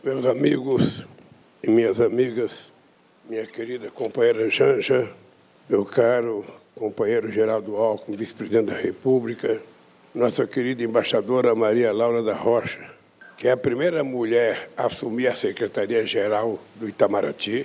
Meus amigos e minhas amigas, minha querida companheira Janja, meu caro companheiro Geraldo Alckmin, vice-presidente da República, nossa querida embaixadora Maria Laura da Rocha, que é a primeira mulher a assumir a Secretaria-Geral do Itamaraty,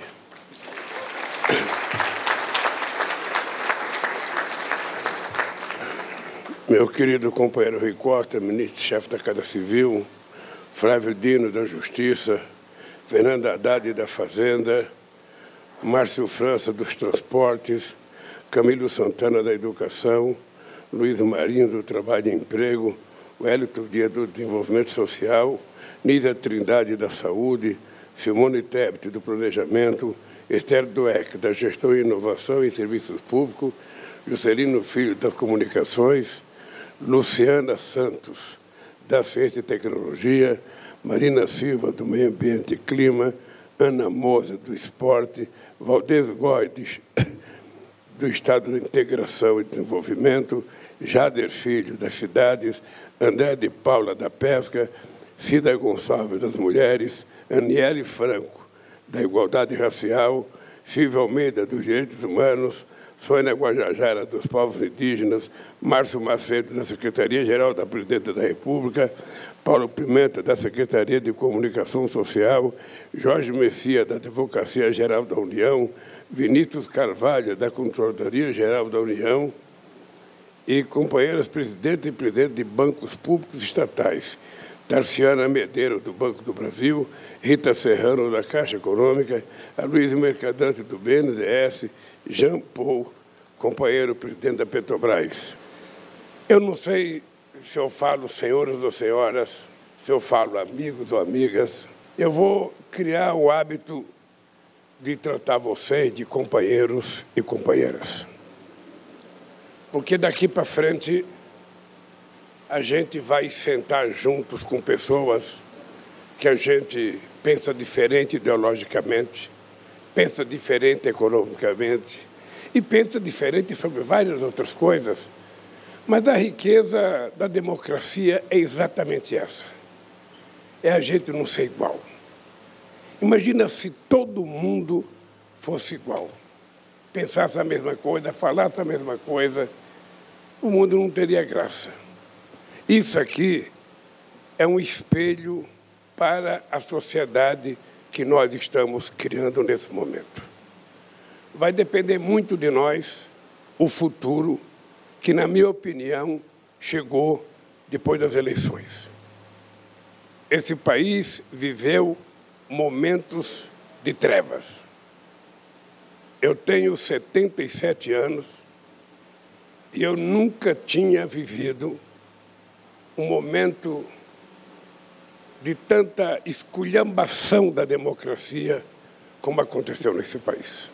meu querido companheiro Rui Costa, ministro-chefe da Casa Civil, Flávio Dino, da Justiça, Fernando Haddad, da Fazenda, Márcio França, dos Transportes, Camilo Santana, da Educação, Luiz Marinho, do Trabalho e Emprego, Wellington Dias, do Desenvolvimento Social, Nídia Trindade, da Saúde, Simone Tebet, do Planejamento, Esther Dweck, da Gestão e Inovação em Serviços Públicos, Juscelino Filho, das Comunicações, Luciana Santos, da Ciência e Tecnologia, Marina Silva, do Meio Ambiente e Clima, Ana Moser, do Esporte, Valdez Góes, do Estado da Integração e Desenvolvimento, Jader Filho, das Cidades, André de Paula, da Pesca, Cida Gonçalves, das Mulheres, Aniele Franco, da Igualdade Racial, Silvia Almeida, dos Direitos Humanos, Sônia Guajajara, dos Povos Indígenas, Márcio Macedo, da Secretaria-Geral da Presidência da República, Paulo Pimenta, da Secretaria de Comunicação Social, Jorge Messias, da Advocacia-Geral da União, Vinícius Carvalho, da Controladoria-Geral da União, e companheiras presidente e presidente de bancos públicos estatais, Tarciana Medeiros, do Banco do Brasil, Rita Serrano, da Caixa Econômica, Aloysio Mercadante, do BNDES, Jean Paul, companheiro presidente da Petrobras. Eu não sei se eu falo senhores ou senhoras, se eu falo amigos ou amigas. Eu vou criar o hábito de tratar vocês de companheiros e companheiras. Porque daqui para frente a gente vai sentar juntos com pessoas que a gente pensa diferente ideologicamente, pensa diferente economicamente e pensa diferente sobre várias outras coisas. Mas a riqueza da democracia é exatamente essa. É a gente não ser igual. Imagina se todo mundo fosse igual. Pensasse a mesma coisa, falasse a mesma coisa, o mundo não teria graça. Isso aqui é um espelho para a sociedade que nós estamos criando nesse momento. Vai depender muito de nós o futuro que, na minha opinião, chegou depois das eleições. Esse país viveu momentos de trevas. Eu tenho 77 anos e eu nunca tinha vivido um momento de tanta esculhambação da democracia como aconteceu nesse país.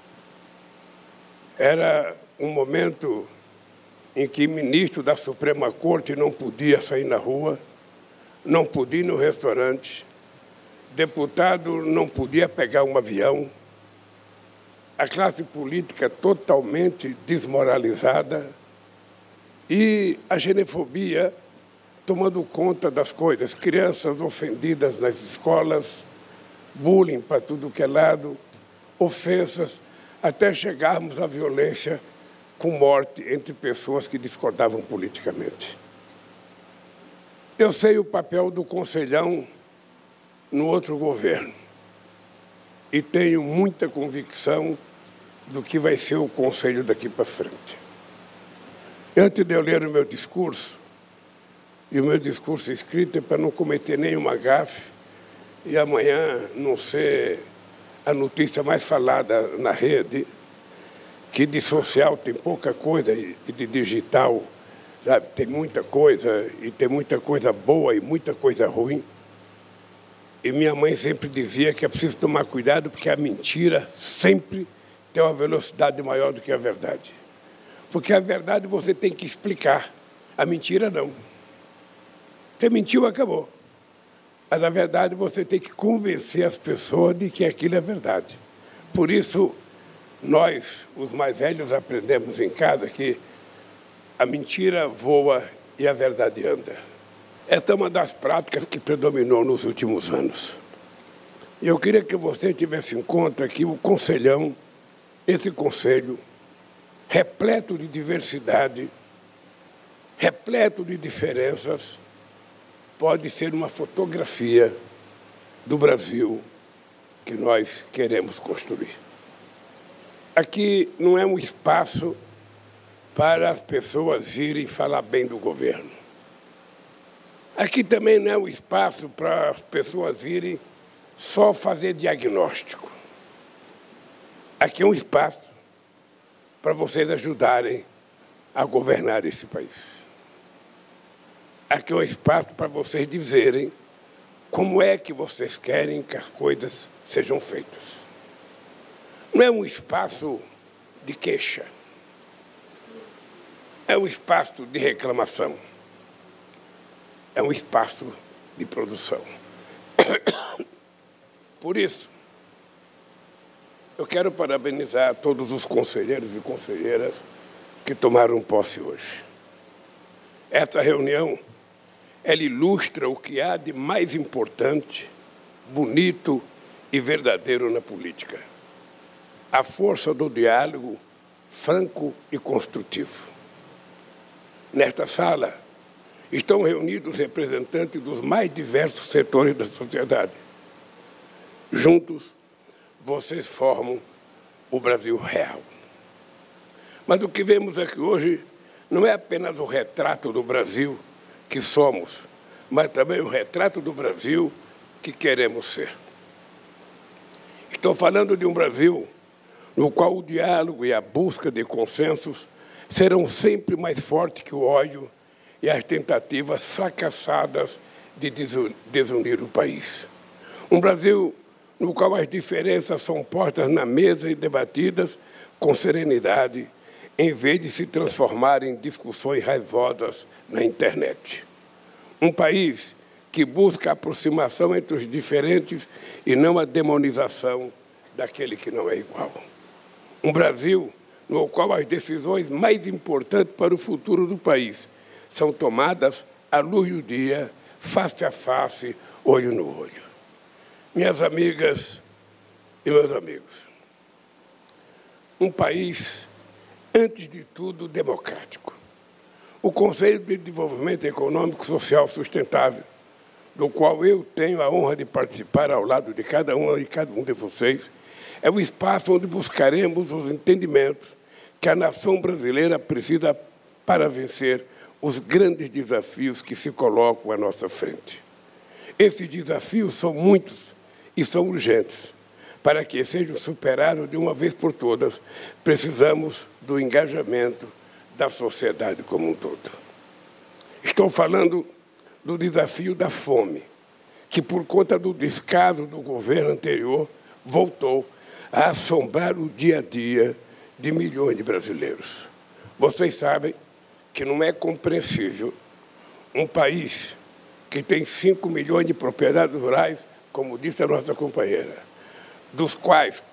Era um momento em que ministro da Suprema Corte não podia sair na rua, não podia ir no restaurante, deputado não podia pegar um avião, a classe política totalmente desmoralizada e a xenofobia tomando conta das coisas, crianças ofendidas nas escolas, bullying para tudo que é lado, ofensas, até chegarmos à violência com morte entre pessoas que discordavam politicamente. Eu sei o papel do conselhão no outro governo e tenho muita convicção do que vai ser o conselho daqui para frente. Antes de eu ler o meu discurso, e o meu discurso escrito é para não cometer nenhuma gafe e amanhã não ser a notícia mais falada na rede, que de social tem pouca coisa e de digital, sabe, tem muita coisa, e tem muita coisa boa e muita coisa ruim. E minha mãe sempre dizia que é preciso tomar cuidado porque a mentira sempre tem uma velocidade maior do que a verdade. Porque a verdade você tem que explicar, a mentira não. Você mentiu, acabou. Mas, na verdade, você tem que convencer as pessoas de que aquilo é verdade. Por isso, nós, os mais velhos, aprendemos em casa que a mentira voa e e a verdade anda. Esta é uma das práticas que predominou nos últimos anos. Eu queria que você tivesse em conta que o Conselhão, esse Conselho, repleto de diversidade, repleto de diferenças, pode ser uma fotografia do Brasil que nós queremos construir. Aqui não é um espaço para as pessoas irem falar bem do governo. Aqui também não é um espaço para as pessoas irem só fazer diagnóstico. Aqui é um espaço para vocês ajudarem a governar esse país. Aqui é um espaço para vocês dizerem como é que vocês querem que as coisas sejam feitas. Não é um espaço de queixa. É um espaço de reclamação. É um espaço de produção. Por isso, eu quero parabenizar todos os conselheiros e conselheiras que tomaram posse hoje. Esta reunião, ela ilustra o que há de mais importante, bonito e verdadeiro na política. A força do diálogo franco e construtivo. Nesta sala estão reunidos representantes dos mais diversos setores da sociedade. Juntos, vocês formam o Brasil real. Mas o que vemos aqui hoje não é apenas o retrato do Brasil que somos, mas também o retrato do Brasil que queremos ser. Estou falando de um Brasil no qual o diálogo e a busca de consensos serão sempre mais fortes que o ódio e as tentativas fracassadas de desunir o país. Um Brasil no qual as diferenças são postas na mesa e debatidas com serenidade, em vez de se transformar em discussões raivosas na internet. Um país que busca a aproximação entre os diferentes e não a demonização daquele que não é igual. Um Brasil no qual as decisões mais importantes para o futuro do país são tomadas à luz do dia, face a face, olho no olho. Minhas amigas e meus amigos, um país, antes de tudo, democrático. O Conselho de Desenvolvimento Econômico e Social Sustentável, do qual eu tenho a honra de participar ao lado de cada um e cada um de vocês, é o espaço onde buscaremos os entendimentos que a nação brasileira precisa para vencer os grandes desafios que se colocam à nossa frente. Esses desafios são muitos e são urgentes. Para que sejam superados de uma vez por todas, precisamos do engajamento da sociedade como um todo. Estou falando do desafio da fome, que, por conta do descaso do governo anterior, voltou a assombrar o dia a dia de milhões de brasileiros. Vocês sabem que não é compreensível um país que tem 5 milhões de propriedades rurais, como disse a nossa companheira, dos quais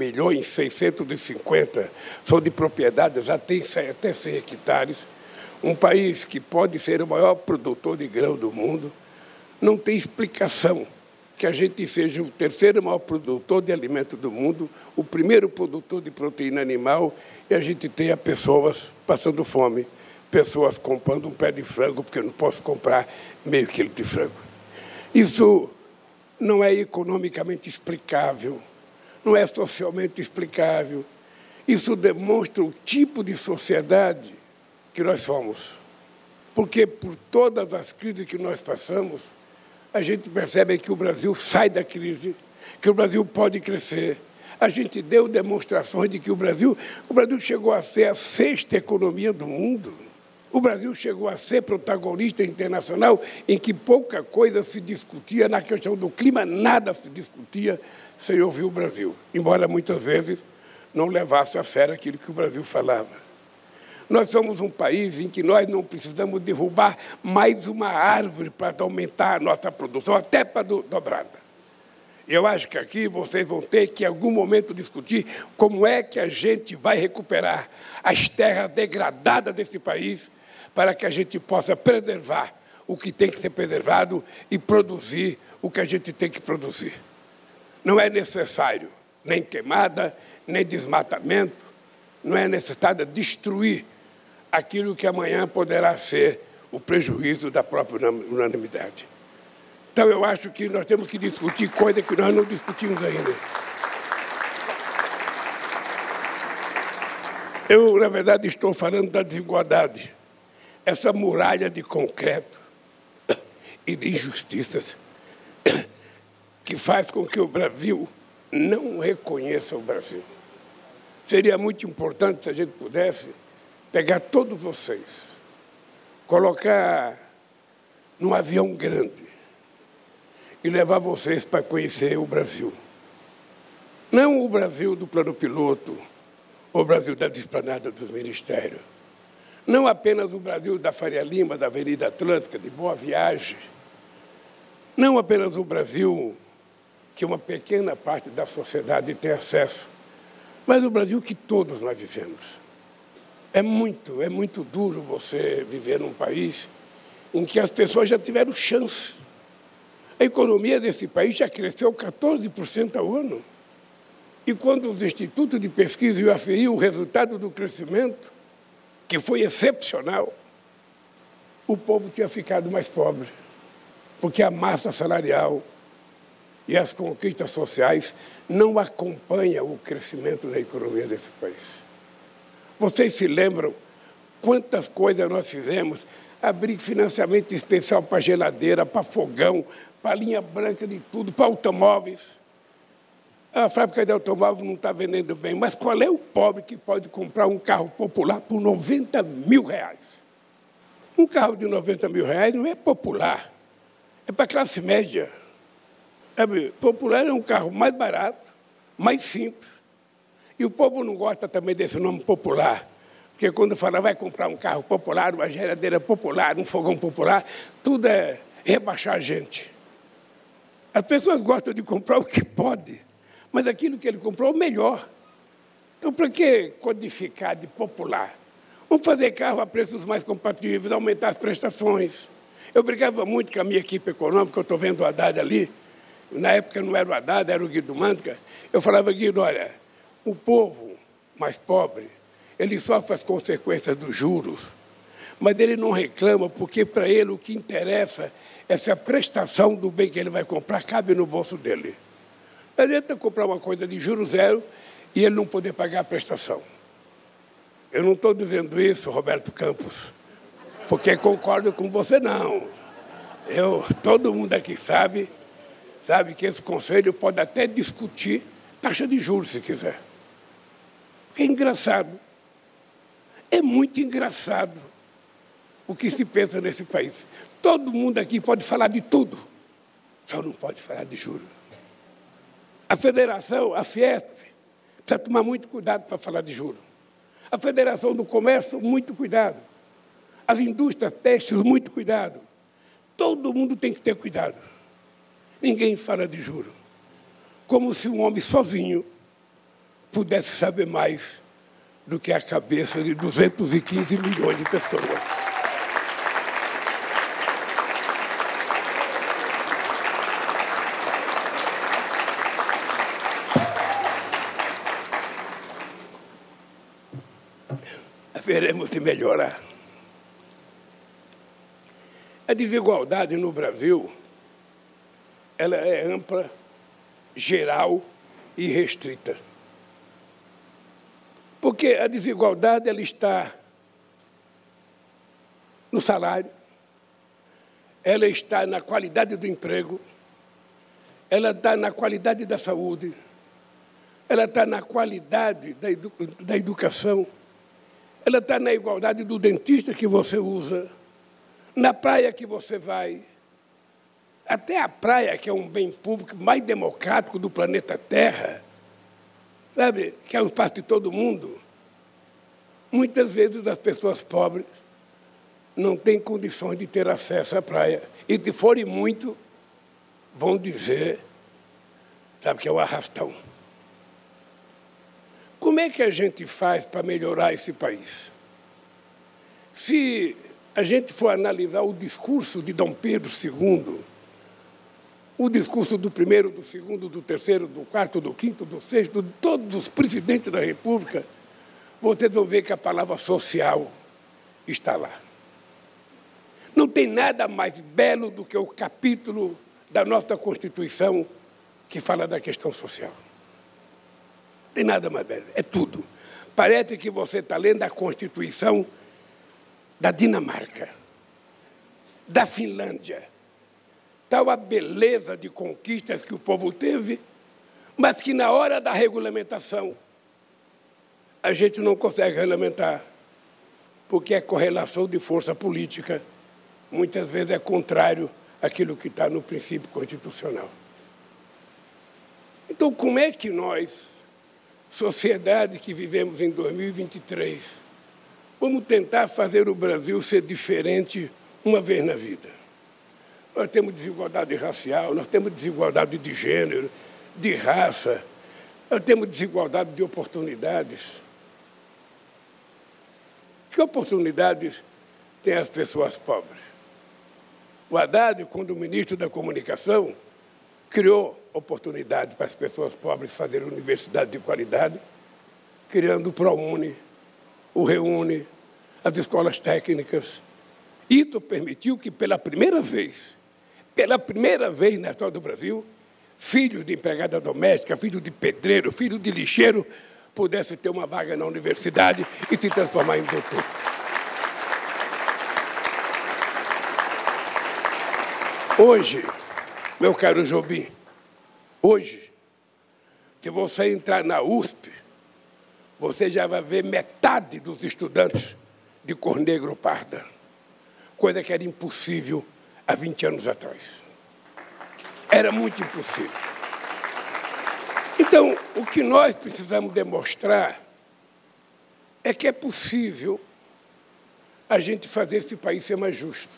4.650.000 são de propriedades até 100 hectares, um país que pode ser o maior produtor de grão do mundo, não tem explicação que a gente seja o terceiro maior produtor de alimento do mundo, o primeiro produtor de proteína animal, e a gente tenha pessoas passando fome, pessoas comprando um pé de frango, porque eu não posso comprar meio quilo de frango. Isso não é economicamente explicável, não é socialmente explicável. Isso demonstra o tipo de sociedade que nós somos. Porque, por todas as crises que nós passamos, a gente percebe que o Brasil sai da crise, que o Brasil pode crescer. A gente deu demonstrações de que o Brasil chegou a ser a 6ª economia do mundo. O Brasil chegou a ser protagonista internacional em que pouca coisa se discutia, na questão do clima, nada se discutia sem ouvir o Brasil, embora muitas vezes não levasse a sério aquilo que o Brasil falava. Nós somos um país em que nós não precisamos derrubar mais uma árvore para aumentar a nossa produção, até para dobrada. Eu acho que aqui vocês vão ter que, em algum momento, discutir como é que a gente vai recuperar as terras degradadas desse país para que a gente possa preservar o que tem que ser preservado e produzir o que a gente tem que produzir. Não é necessário nem queimada, nem desmatamento, não é necessário destruir aquilo que amanhã poderá ser o prejuízo da própria unanimidade. Então, eu acho que nós temos que discutir coisas que nós não discutimos ainda. Eu, na verdade, estou falando da desigualdade, essa muralha de concreto e de injustiças que faz com que o Brasil não reconheça o Brasil. Seria muito importante se a gente pudesse pegar todos vocês, colocar num avião grande e levar vocês para conhecer o Brasil. Não o Brasil do plano piloto, o Brasil da esplanada dos ministérios. Não apenas o Brasil da Faria Lima, da Avenida Atlântica, de Boa Viagem. Não apenas o Brasil que uma pequena parte da sociedade tem acesso, mas o Brasil que todos nós vivemos. É muito duro você viver num país em que as pessoas já tiveram chance. A economia desse país já cresceu 14% ao ano. E quando os institutos de pesquisa iam aferir o resultado do crescimento, que foi excepcional, o povo tinha ficado mais pobre, porque a massa salarial e as conquistas sociais não acompanham o crescimento da economia desse país. Vocês se lembram quantas coisas nós fizemos? Abrir financiamento especial para geladeira, para fogão, para linha branca de tudo, para automóveis. A fábrica de automóvel não está vendendo bem, mas qual é o pobre que pode comprar um carro popular por R$90 mil? Um carro de R$90 mil não é popular, é para a classe média. Popular é um carro mais barato, mais simples. E o povo não gosta também desse nome popular, porque quando fala vai comprar um carro popular, uma geladeira popular, um fogão popular, tudo é rebaixar a gente. As pessoas gostam de comprar o que pode, mas aquilo que ele comprou é o melhor. Então, para que codificar de popular? Vamos fazer carro a preços mais compatíveis, aumentar as prestações. Eu brigava muito com a minha equipe econômica, eu estou vendo o Haddad ali. Na época não era o Haddad, era o Guido Mantega. Eu falava, Guido, olha, o povo mais pobre, ele sofre as consequências dos juros, mas ele não reclama, porque para ele o que interessa é se a prestação do bem que ele vai comprar cabe no bolso dele. Não adianta comprar uma coisa de juros zero e ele não poder pagar a prestação. Eu não estou dizendo isso, Roberto Campos, porque concordo com você, não. Todo mundo aqui sabe que esse conselho pode até discutir taxa de juros, se quiser. É engraçado. É muito engraçado o que se pensa nesse país. Todo mundo aqui pode falar de tudo, só não pode falar de juros. A federação, a Fiesp, precisa tomar muito cuidado para falar de juros. A Federação do Comércio, muito cuidado. As indústrias têxteis, muito cuidado. Todo mundo tem que ter cuidado. Ninguém fala de juros. Como se um homem sozinho pudesse saber mais do que a cabeça de 215 milhões de pessoas. Veremos se melhorar. A desigualdade no Brasil, ela é ampla, geral e restrita. Porque a desigualdade ela está no salário, ela está na qualidade do emprego, ela está na qualidade da saúde, ela está na qualidade da educação, ela está na igualdade do dentista que você usa, na praia que você vai. Até a praia, que é um bem público mais democrático do planeta Terra, sabe, que é o espaço de todo mundo, muitas vezes as pessoas pobres não têm condições de ter acesso à praia. E se forem muito, vão dizer, sabe, que é o arrastão. Como é que a gente faz para melhorar esse país? Se a gente for analisar o discurso de Dom Pedro II, o discurso do primeiro, do segundo, do terceiro, do quarto, do quinto, do sexto, de todos os presidentes da República, vocês vão ver que a palavra social está lá. Não tem nada mais belo do que o capítulo da nossa Constituição que fala da questão social. Não tem nada mais belo, é tudo. Parece que você está lendo a Constituição da Dinamarca, da Finlândia. Tal a beleza de conquistas que o povo teve, mas que na hora da regulamentação a gente não consegue regulamentar, porque a correlação de força política muitas vezes é contrário àquilo que está no princípio constitucional. Então, como é que nós, sociedade que vivemos em 2023, vamos tentar fazer o Brasil ser diferente uma vez na vida? Nós temos desigualdade racial, nós temos desigualdade de gênero, de raça, nós temos desigualdade de oportunidades. Que oportunidades têm as pessoas pobres? O Haddad, quando ministro da Comunicação, criou oportunidade para as pessoas pobres fazerem universidade de qualidade, criando o ProUni, o ReUni, as escolas técnicas. Isso permitiu que, pela primeira vez na história do Brasil, filhos de empregada doméstica, filho de pedreiro, filho de lixeiro, pudessem ter uma vaga na universidade e se transformar em doutor. Hoje, meu caro Jobim, hoje, se você entrar na USP, você já vai ver metade dos estudantes de cor negra ou parda, coisa que era impossível há 20 anos atrás. Era muito impossível. Então, o que nós precisamos demonstrar é que é possível a gente fazer esse país ser mais justo.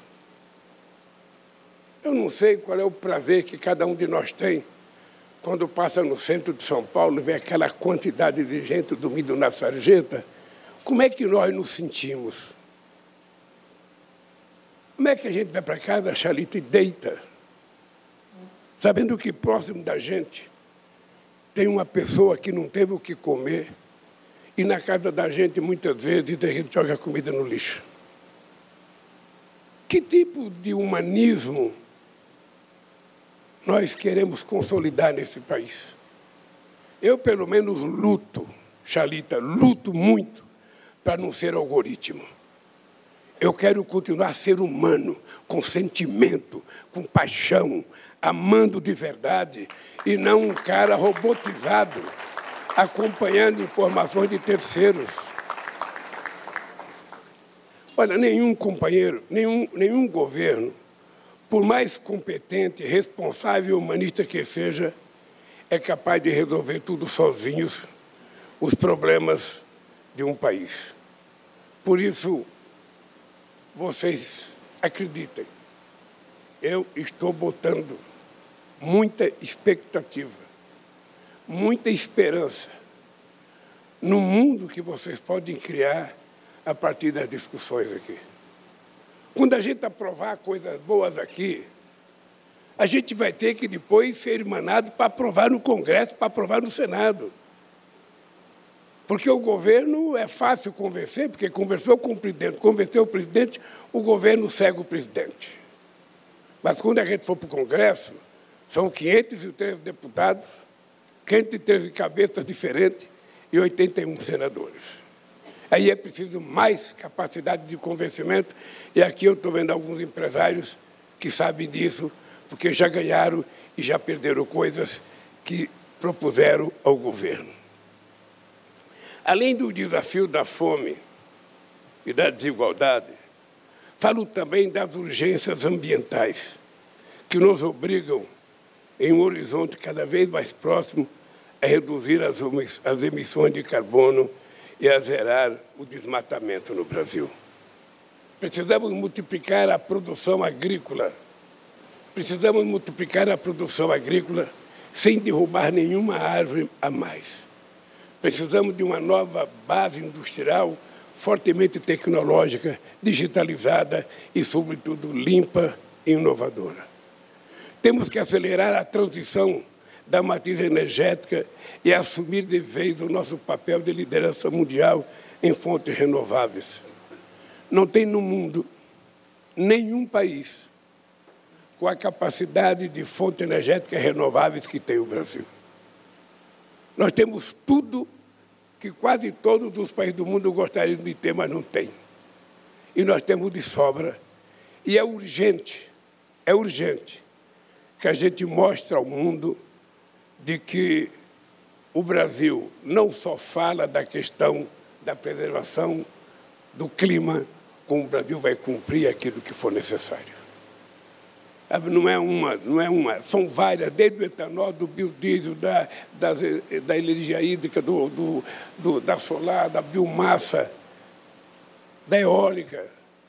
Eu não sei qual é o prazer que cada um de nós tem quando passa no centro de São Paulo e vê aquela quantidade de gente dormindo na sarjeta. Como é que nós nos sentimos? Como é que a gente vai para casa, Xalita, e deita, sabendo que próximo da gente tem uma pessoa que não teve o que comer e na casa da gente, muitas vezes, a gente joga a comida no lixo? Que tipo de humanismo nós queremos consolidar nesse país? Eu, pelo menos, luto, Xalita, luto muito para não ser algoritmo. Eu quero continuar a ser humano, com sentimento, com paixão, amando de verdade, e não um cara robotizado, acompanhando informações de terceiros. Olha, nenhum companheiro, nenhum governo, por mais competente, responsável e humanista que seja, é capaz de resolver tudo sozinhos, os problemas de um país. Por isso, vocês acreditem, eu estou botando muita expectativa, muita esperança no mundo que vocês podem criar a partir das discussões aqui. Quando a gente aprovar coisas boas aqui, a gente vai ter que depois ser emanado para aprovar no Congresso, para aprovar no Senado. Porque o governo é fácil convencer, porque conversou com o presidente, convenceu o presidente, o governo segue o presidente. Mas quando a gente for para o Congresso, são 513 deputados, 513 cabeças diferentes e 81 senadores. Aí é preciso mais capacidade de convencimento, e aqui eu estou vendo alguns empresários que sabem disso, porque já ganharam e já perderam coisas que propuseram ao governo. Além do desafio da fome e da desigualdade, falo também das urgências ambientais, que nos obrigam, em um horizonte cada vez mais próximo, a reduzir as emissões de carbono e a zerar o desmatamento no Brasil. Precisamos multiplicar a produção agrícola. Precisamos multiplicar a produção agrícola sem derrubar nenhuma árvore a mais. Precisamos de uma nova base industrial fortemente tecnológica, digitalizada e, sobretudo, limpa e inovadora. Temos que acelerar a transição da matriz energética e assumir de vez o nosso papel de liderança mundial em fontes renováveis. Não tem no mundo nenhum país com a capacidade de fontes energéticas renováveis que tem o Brasil. Nós temos tudo que quase todos os países do mundo gostariam de ter, mas não têm. E nós temos de sobra. E é urgente que a gente mostre ao mundo de que o Brasil não só fala da questão da preservação do clima, como o Brasil vai cumprir aquilo que for necessário. Não é uma, são várias, desde o etanol, do biodiesel, da energia hídrica, da solar, da biomassa, da eólica.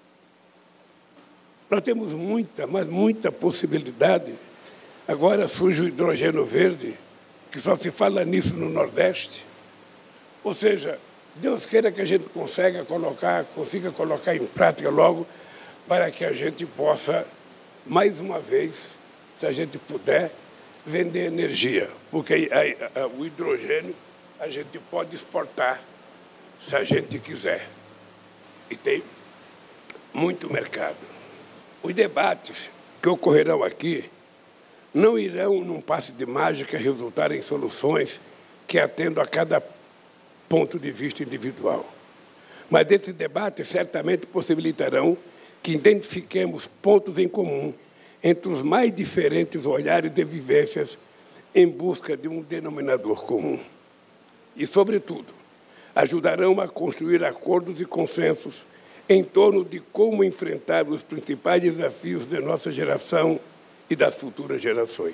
Nós temos muita, mas muita possibilidade. Agora surge o hidrogênio verde, que só se fala nisso no Nordeste. Ou seja, Deus queira que a gente consiga colocar em prática logo, para que a gente possa, mais uma vez, se a gente puder, vender energia. Porque o hidrogênio a gente pode exportar, se a gente quiser. E tem muito mercado. Os debates que ocorrerão aqui não irão, num passe de mágica, resultar em soluções que atendam a cada ponto de vista individual. Mas esses debates certamente possibilitarão que identifiquemos pontos em comum entre os mais diferentes olhares e vivências em busca de um denominador comum. E, sobretudo, ajudarão a construir acordos e consensos em torno de como enfrentar os principais desafios da nossa geração e das futuras gerações.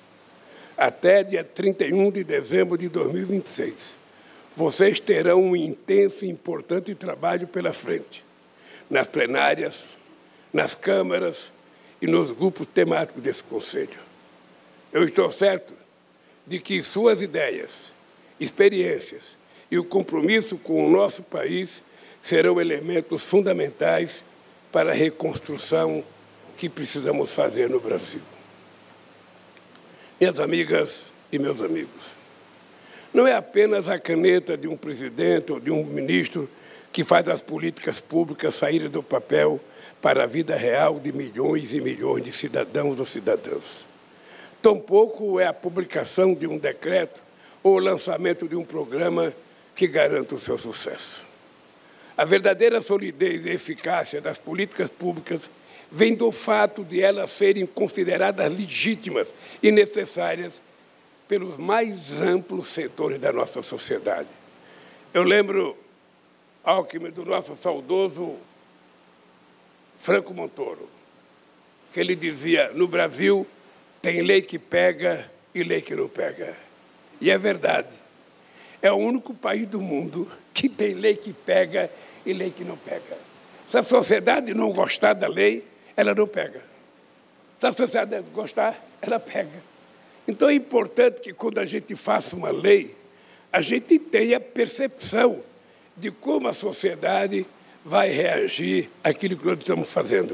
Até dia 31 de dezembro de 2026, vocês terão um intenso e importante trabalho pela frente, nas plenárias, nas câmaras e nos grupos temáticos desse Conselho. Eu estou certo de que suas ideias, experiências e o compromisso com o nosso país serão elementos fundamentais para a reconstrução que precisamos fazer no Brasil. Minhas amigas e meus amigos, não é apenas a caneta de um presidente ou de um ministro que faz as políticas públicas saírem do papel para a vida real de milhões e milhões de cidadãos ou cidadãs. Tampouco é a publicação de um decreto ou o lançamento de um programa que garanta o seu sucesso. A verdadeira solidez e eficácia das políticas públicas vem do fato de elas serem consideradas legítimas e necessárias pelos mais amplos setores da nossa sociedade. Eu lembro, Alckmin, do nosso saudoso Franco Montoro, que ele dizia: no Brasil tem lei que pega e lei que não pega. E é verdade. É o único país do mundo que tem lei que pega e lei que não pega. Se a sociedade não gostar da lei, ela não pega. Se a sociedade gostar, ela pega. Então é importante que, quando a gente faça uma lei, a gente tenha percepção de como a sociedade vai reagir àquilo que nós estamos fazendo.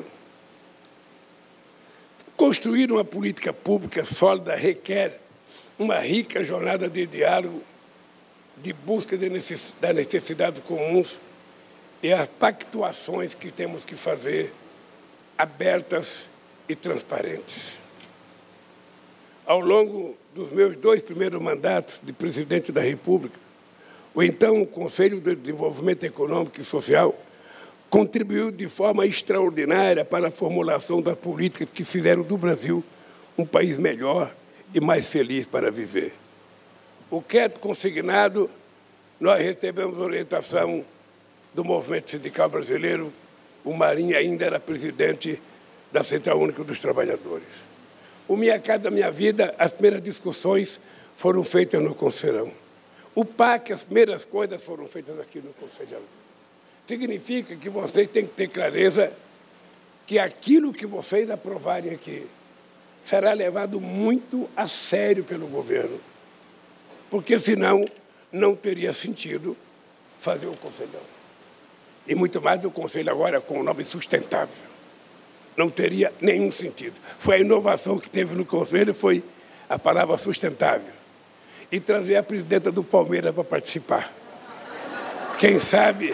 Construir uma política pública sólida requer uma rica jornada de diálogo, de busca das necessidades comuns e as pactuações que temos que fazer abertas e transparentes. Ao longo dos meus 2 primeiros mandatos de presidente da República, o então Conselho de Desenvolvimento Econômico e Social contribuiu de forma extraordinária para a formulação das políticas que fizeram do Brasil um país melhor e mais feliz para viver. O crédito consignado, nós recebemos orientação do Movimento Sindical Brasileiro. O Marinho ainda era presidente da Central Única dos Trabalhadores. O Minha Casa Minha Vida, as primeiras discussões foram feitas no Conselhão. O PAC, as primeiras coisas foram feitas aqui no Conselhão. Significa que vocês têm que ter clareza que aquilo que vocês aprovarem aqui será levado muito a sério pelo governo, porque senão não teria sentido fazer o Conselhão. E muito mais o Conselho agora com o nome sustentável. não teria nenhum sentido. Foi a inovação que teve no Conselho, foi a palavra sustentável. E trazer a presidenta do Palmeiras para participar. Quem sabe...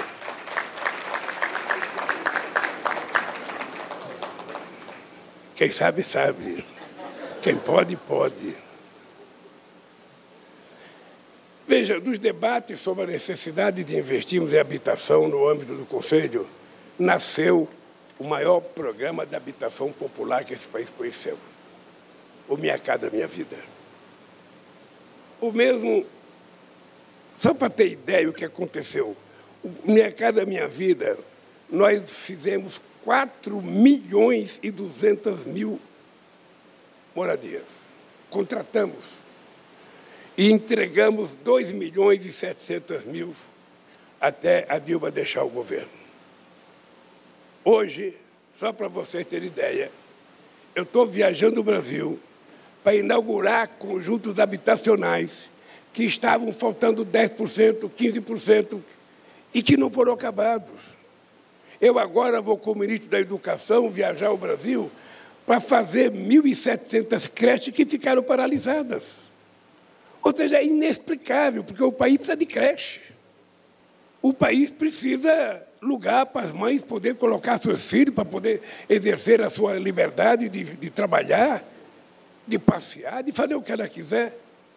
Quem sabe, sabe. Quem pode, pode. Veja, dos debates sobre a necessidade de investirmos em habitação no âmbito do Conselho, nasceu o maior programa de habitação popular que esse país conheceu. O Minha Casa Minha Vida. O mesmo, só para ter ideia do que aconteceu, o Minha Casa Minha Vida, nós fizemos 4.200.000 moradias. Contratamos e entregamos 2.700.000 até a Dilma deixar o governo. Hoje, só para vocês terem ideia, eu estou viajando o Brasil para inaugurar conjuntos habitacionais que estavam faltando 10%, 15% e que não foram acabados. Eu agora vou, como ministro da Educação, viajar ao Brasil para fazer 1.700 creches que ficaram paralisadas. Ou seja, é inexplicável, porque o país precisa de creche. O país precisa lugar para as mães poder colocar seus filhos, para poder exercer a sua liberdade de trabalhar, de passear, de fazer o que ela quiser.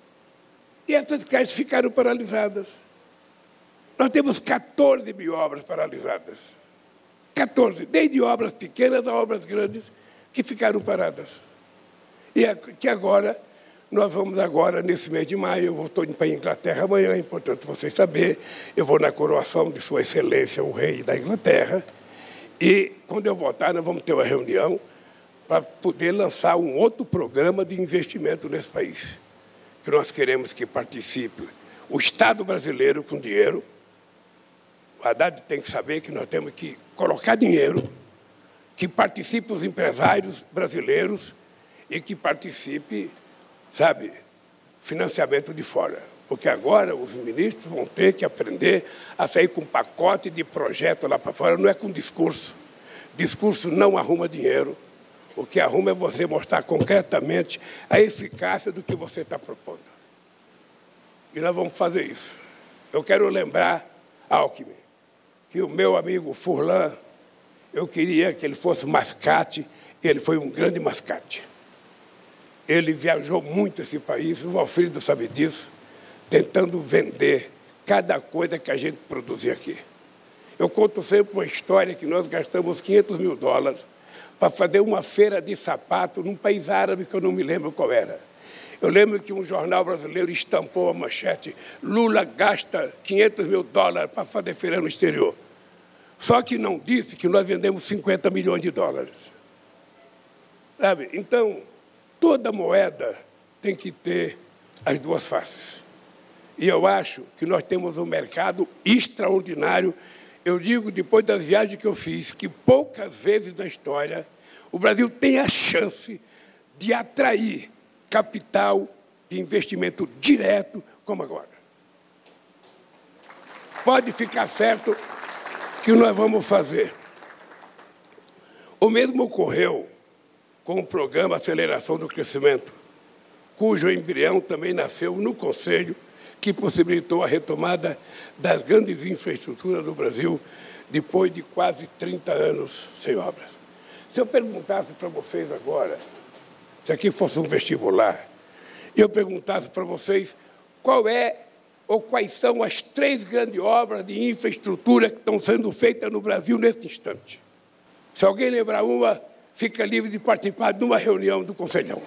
E essas creches ficaram paralisadas. Nós temos 14.000 obras paralisadas. 14, desde obras pequenas a obras grandes que ficaram paradas. E que agora, nós vamos agora, nesse mês de maio, eu estou indo para a Inglaterra amanhã, é importante vocês saberem, eu vou na coroação de Sua Excelência, o Rei da Inglaterra, e quando eu voltar, nós vamos ter uma reunião para poder lançar um outro programa de investimento nesse país, que nós queremos que participe o Estado brasileiro com dinheiro. O Haddad tem que saber que nós temos que colocar dinheiro, que participe os empresários brasileiros e que participe, sabe, financiamento de fora. Porque agora os ministros vão ter que aprender a sair com um pacote de projeto lá para fora, não é com discurso. Discurso não arruma dinheiro. O que arruma é você mostrar concretamente a eficácia do que você está propondo. E nós vamos fazer isso. Eu quero lembrar, Alckmin, que o meu amigo Furlan, eu queria que ele fosse mascate, e ele foi um grande mascate. Ele viajou muito esse país, o Valfrido sabe disso, tentando vender cada coisa que a gente produzia aqui. Eu conto sempre uma história que nós gastamos $500.000 para fazer uma feira de sapato num país árabe que eu não me lembro qual era. Eu lembro que um jornal brasileiro estampou a manchete: Lula gasta $500.000 para fazer feira no exterior. Só que não disse que nós vendemos $50 milhões. Sabe? Então, toda moeda tem que ter as duas faces. E eu acho que nós temos um mercado extraordinário. Eu digo, depois das viagens que eu fiz, que poucas vezes na história o Brasil tem a chance de atrair capital de investimento direto como agora. Pode ficar certo que nós vamos fazer. O mesmo ocorreu com o programa Aceleração do Crescimento, cujo embrião também nasceu no Conselho, que possibilitou a retomada das grandes infraestruturas do Brasil depois de quase 30 anos sem obras. Se eu perguntasse para vocês agora, se aqui fosse um vestibular, e eu perguntasse para vocês qual é ou quais são as 3 grandes obras de infraestrutura que estão sendo feitas no Brasil nesse instante. Se alguém lembrar uma, fica livre de participar de uma reunião do Conselhão.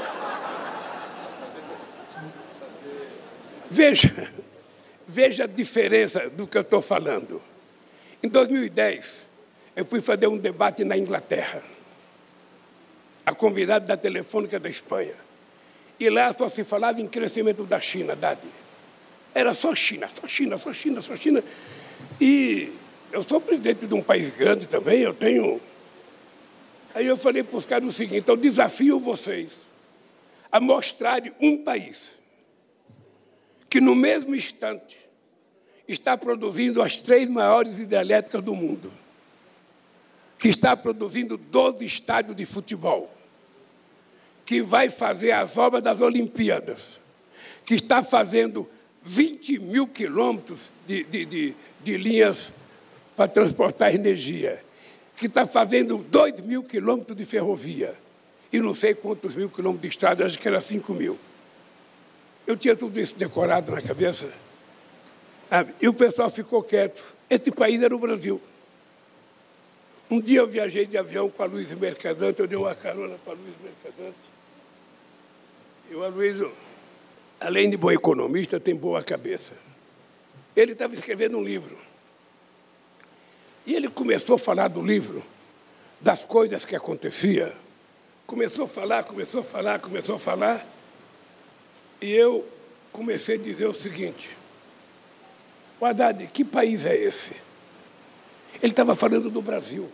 Veja a diferença do que eu estou falando. Em 2010, eu fui fazer um debate na Inglaterra, a convidado da Telefônica da Espanha. E lá só se falava em crescimento da China, Haddad. Era só China, só China, só China, só China. E eu sou presidente de um país grande também, eu tenho... Aí eu falei para os caras o seguinte: eu desafio vocês a mostrarem um país que no mesmo instante está produzindo as 3 maiores hidrelétricas do mundo, que está produzindo 12 estádios de futebol, que vai fazer as obras das Olimpíadas, que está fazendo 20 mil quilômetros de linhas para transportar energia, que está fazendo 2 mil quilômetros de ferrovia e não sei quantos mil quilômetros de estrada, acho que era 5 mil. Eu tinha tudo isso decorado na cabeça, sabe? E o pessoal ficou quieto. Esse país era o Brasil. Um dia eu viajei de avião com a Luiz Mercadante, eu dei uma carona para a Luiz Mercadante. E o Aloysio, além de bom economista, tem boa cabeça. Ele estava escrevendo um livro. E ele começou a falar do livro, das coisas que aconteciam. Começou a falar. E eu comecei a dizer o seguinte: o Haddad, que país é esse? Ele estava falando do Brasil.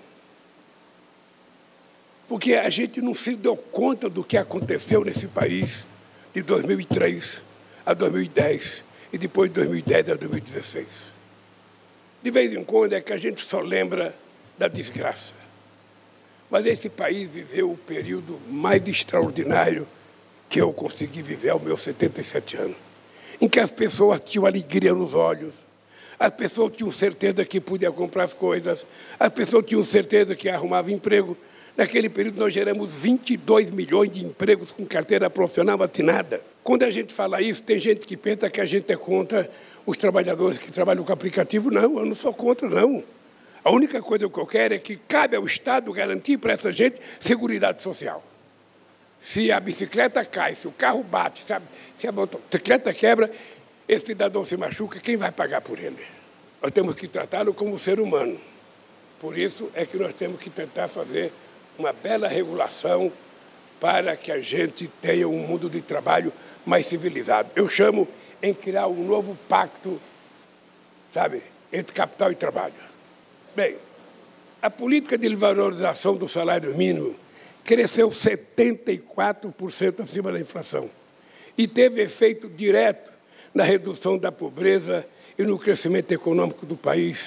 Porque a gente não se deu conta do que aconteceu nesse país de 2003 a 2010 e depois de 2010 a 2016. De vez em quando é que a gente só lembra da desgraça. Mas esse país viveu o período mais extraordinário que eu consegui viver aos meus 77 anos, em que as pessoas tinham alegria nos olhos, as pessoas tinham certeza que podiam comprar as coisas, as pessoas tinham certeza que arrumavam emprego. Naquele período, nós geramos 22 milhões de empregos com carteira profissional assinada. Quando a gente fala isso, tem gente que pensa que a gente é contra os trabalhadores que trabalham com aplicativo. Não, eu não sou contra, não. A única coisa que eu quero é que cabe ao Estado garantir para essa gente seguridade social. Se a bicicleta cai, se o carro bate, sabe? Se a bicicleta quebra, esse cidadão se machuca, quem vai pagar por ele? Nós temos que tratá-lo como ser humano. Por isso é que nós temos que tentar fazer uma bela regulação para que a gente tenha um mundo de trabalho mais civilizado. Eu chamo em criar um novo pacto, sabe, entre capital e trabalho. Bem, a política de valorização do salário mínimo cresceu 74% acima da inflação e teve efeito direto na redução da pobreza e no crescimento econômico do país.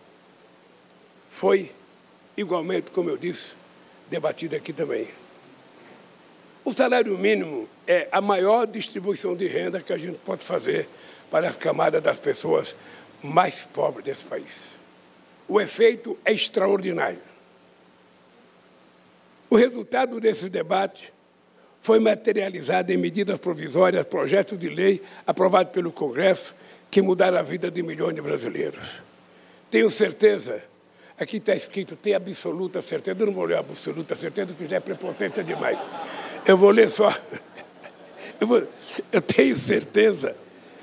Foi, igualmente, como eu disse, debatido aqui também. O salário mínimo é a maior distribuição de renda que a gente pode fazer para as camadas das pessoas mais pobres desse país. O efeito é extraordinário. O resultado desse debate foi materializado em medidas provisórias, projetos de lei aprovados pelo Congresso, que mudaram a vida de milhões de brasileiros. Tenho certeza, aqui está escrito, tem absoluta certeza, eu não vou ler absoluta certeza, porque já é prepotência demais. Eu vou ler só. Eu tenho certeza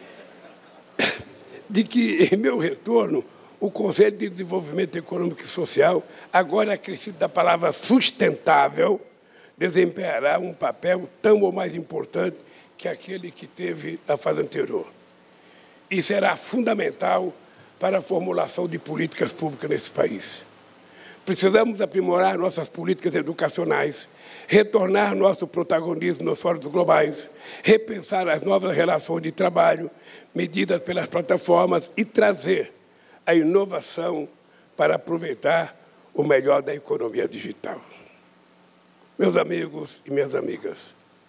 de que, em meu retorno, o Conselho de Desenvolvimento Econômico e Social, agora acrescido da palavra sustentável, desempenhará um papel tão ou mais importante que aquele que teve na fase anterior. E será fundamental para a formulação de políticas públicas nesse país. Precisamos aprimorar nossas políticas educacionais, retornar nosso protagonismo nos fóruns globais, repensar as novas relações de trabalho, medidas pelas plataformas e trazer a inovação para aproveitar o melhor da economia digital. Meus amigos e minhas amigas,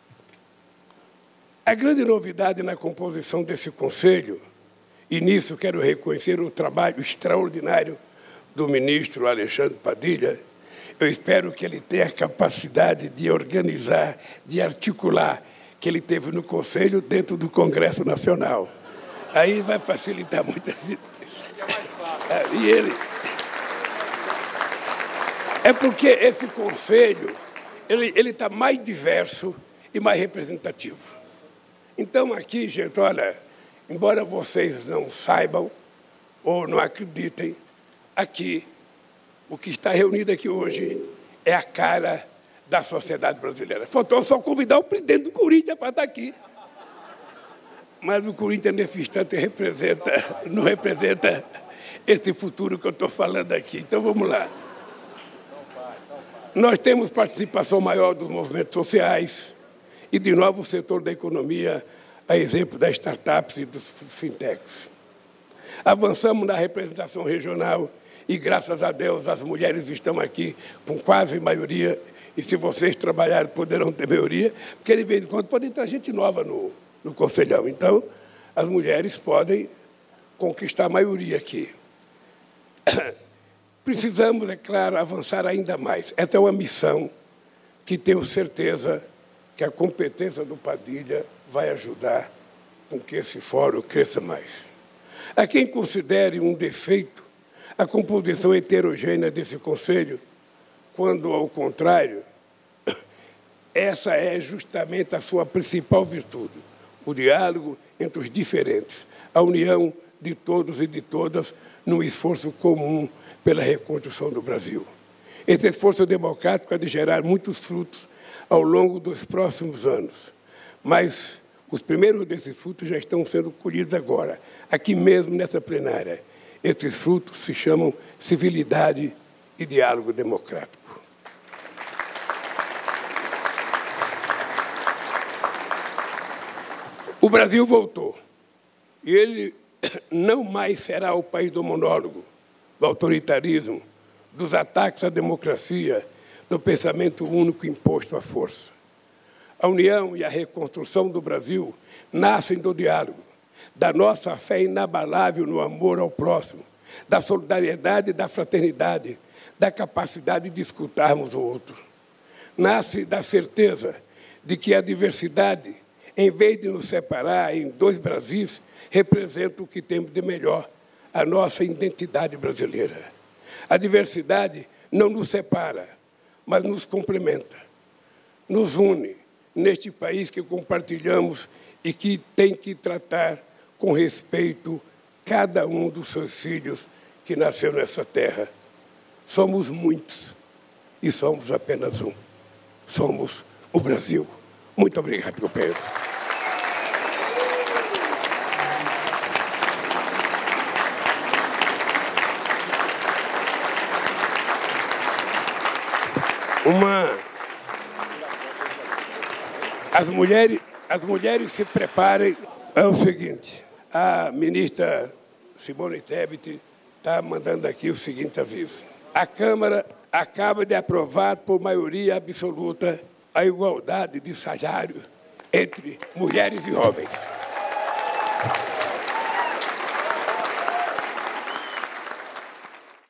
a grande novidade na composição desse Conselho, e nisso quero reconhecer o trabalho extraordinário do ministro Alexandre Padilha, eu espero que ele tenha a capacidade de organizar, de articular, que ele teve no Conselho dentro do Congresso Nacional. Aí vai facilitar muito a vida. E ele... É porque esse Conselho ele está mais diverso e mais representativo. Então, aqui, gente, olha, embora vocês não saibam ou não acreditem, aqui, o que está reunido aqui hoje é a cara da sociedade brasileira. Faltou só convidar o presidente do Corinthians para estar aqui. Mas o Corinthians, nesse instante, não representa esse futuro que eu estou falando aqui. Então, vamos lá. Nós temos participação maior dos movimentos sociais e, de novo, o setor da economia, a exemplo das startups e dos fintechs. Avançamos na representação regional e graças a Deus as mulheres estão aqui com quase maioria, e se vocês trabalharem poderão ter maioria, porque de vez em quando pode entrar gente nova no Conselhão. Então, as mulheres podem conquistar a maioria aqui. Precisamos, é claro, avançar ainda mais. Essa é uma missão que tenho certeza que a competência do Padilha vai ajudar com que esse fórum cresça mais. Há quem considere um defeito a composição heterogênea desse Conselho, quando, ao contrário, essa é justamente a sua principal virtude, o diálogo entre os diferentes, a união de todos e de todas num esforço comum pela reconstrução do Brasil. Esse esforço democrático há de gerar muitos frutos ao longo dos próximos anos, mas os primeiros desses frutos já estão sendo colhidos agora, aqui mesmo nessa plenária. Esses frutos se chamam civilidade e diálogo democrático. O Brasil voltou, e ele não mais será o país do monólogo, do autoritarismo, dos ataques à democracia, do pensamento único imposto à força. A união e a reconstrução do Brasil nascem do diálogo, da nossa fé inabalável no amor ao próximo, da solidariedade e da fraternidade, da capacidade de escutarmos o outro. Nasce da certeza de que a diversidade, em vez de nos separar em dois Brasis, representa o que temos de melhor, a nossa identidade brasileira. A diversidade não nos separa, mas nos complementa, nos une neste país que compartilhamos e que tem que tratar com respeito cada um dos seus filhos que nasceu nessa terra. Somos muitos e somos apenas um. Somos o Brasil. Muito obrigado, companheiro. As mulheres se preparem. É o seguinte, a ministra Simone Tebet está mandando aqui o seguinte aviso. A Câmara acaba de aprovar por maioria absoluta a igualdade de salário entre mulheres e homens.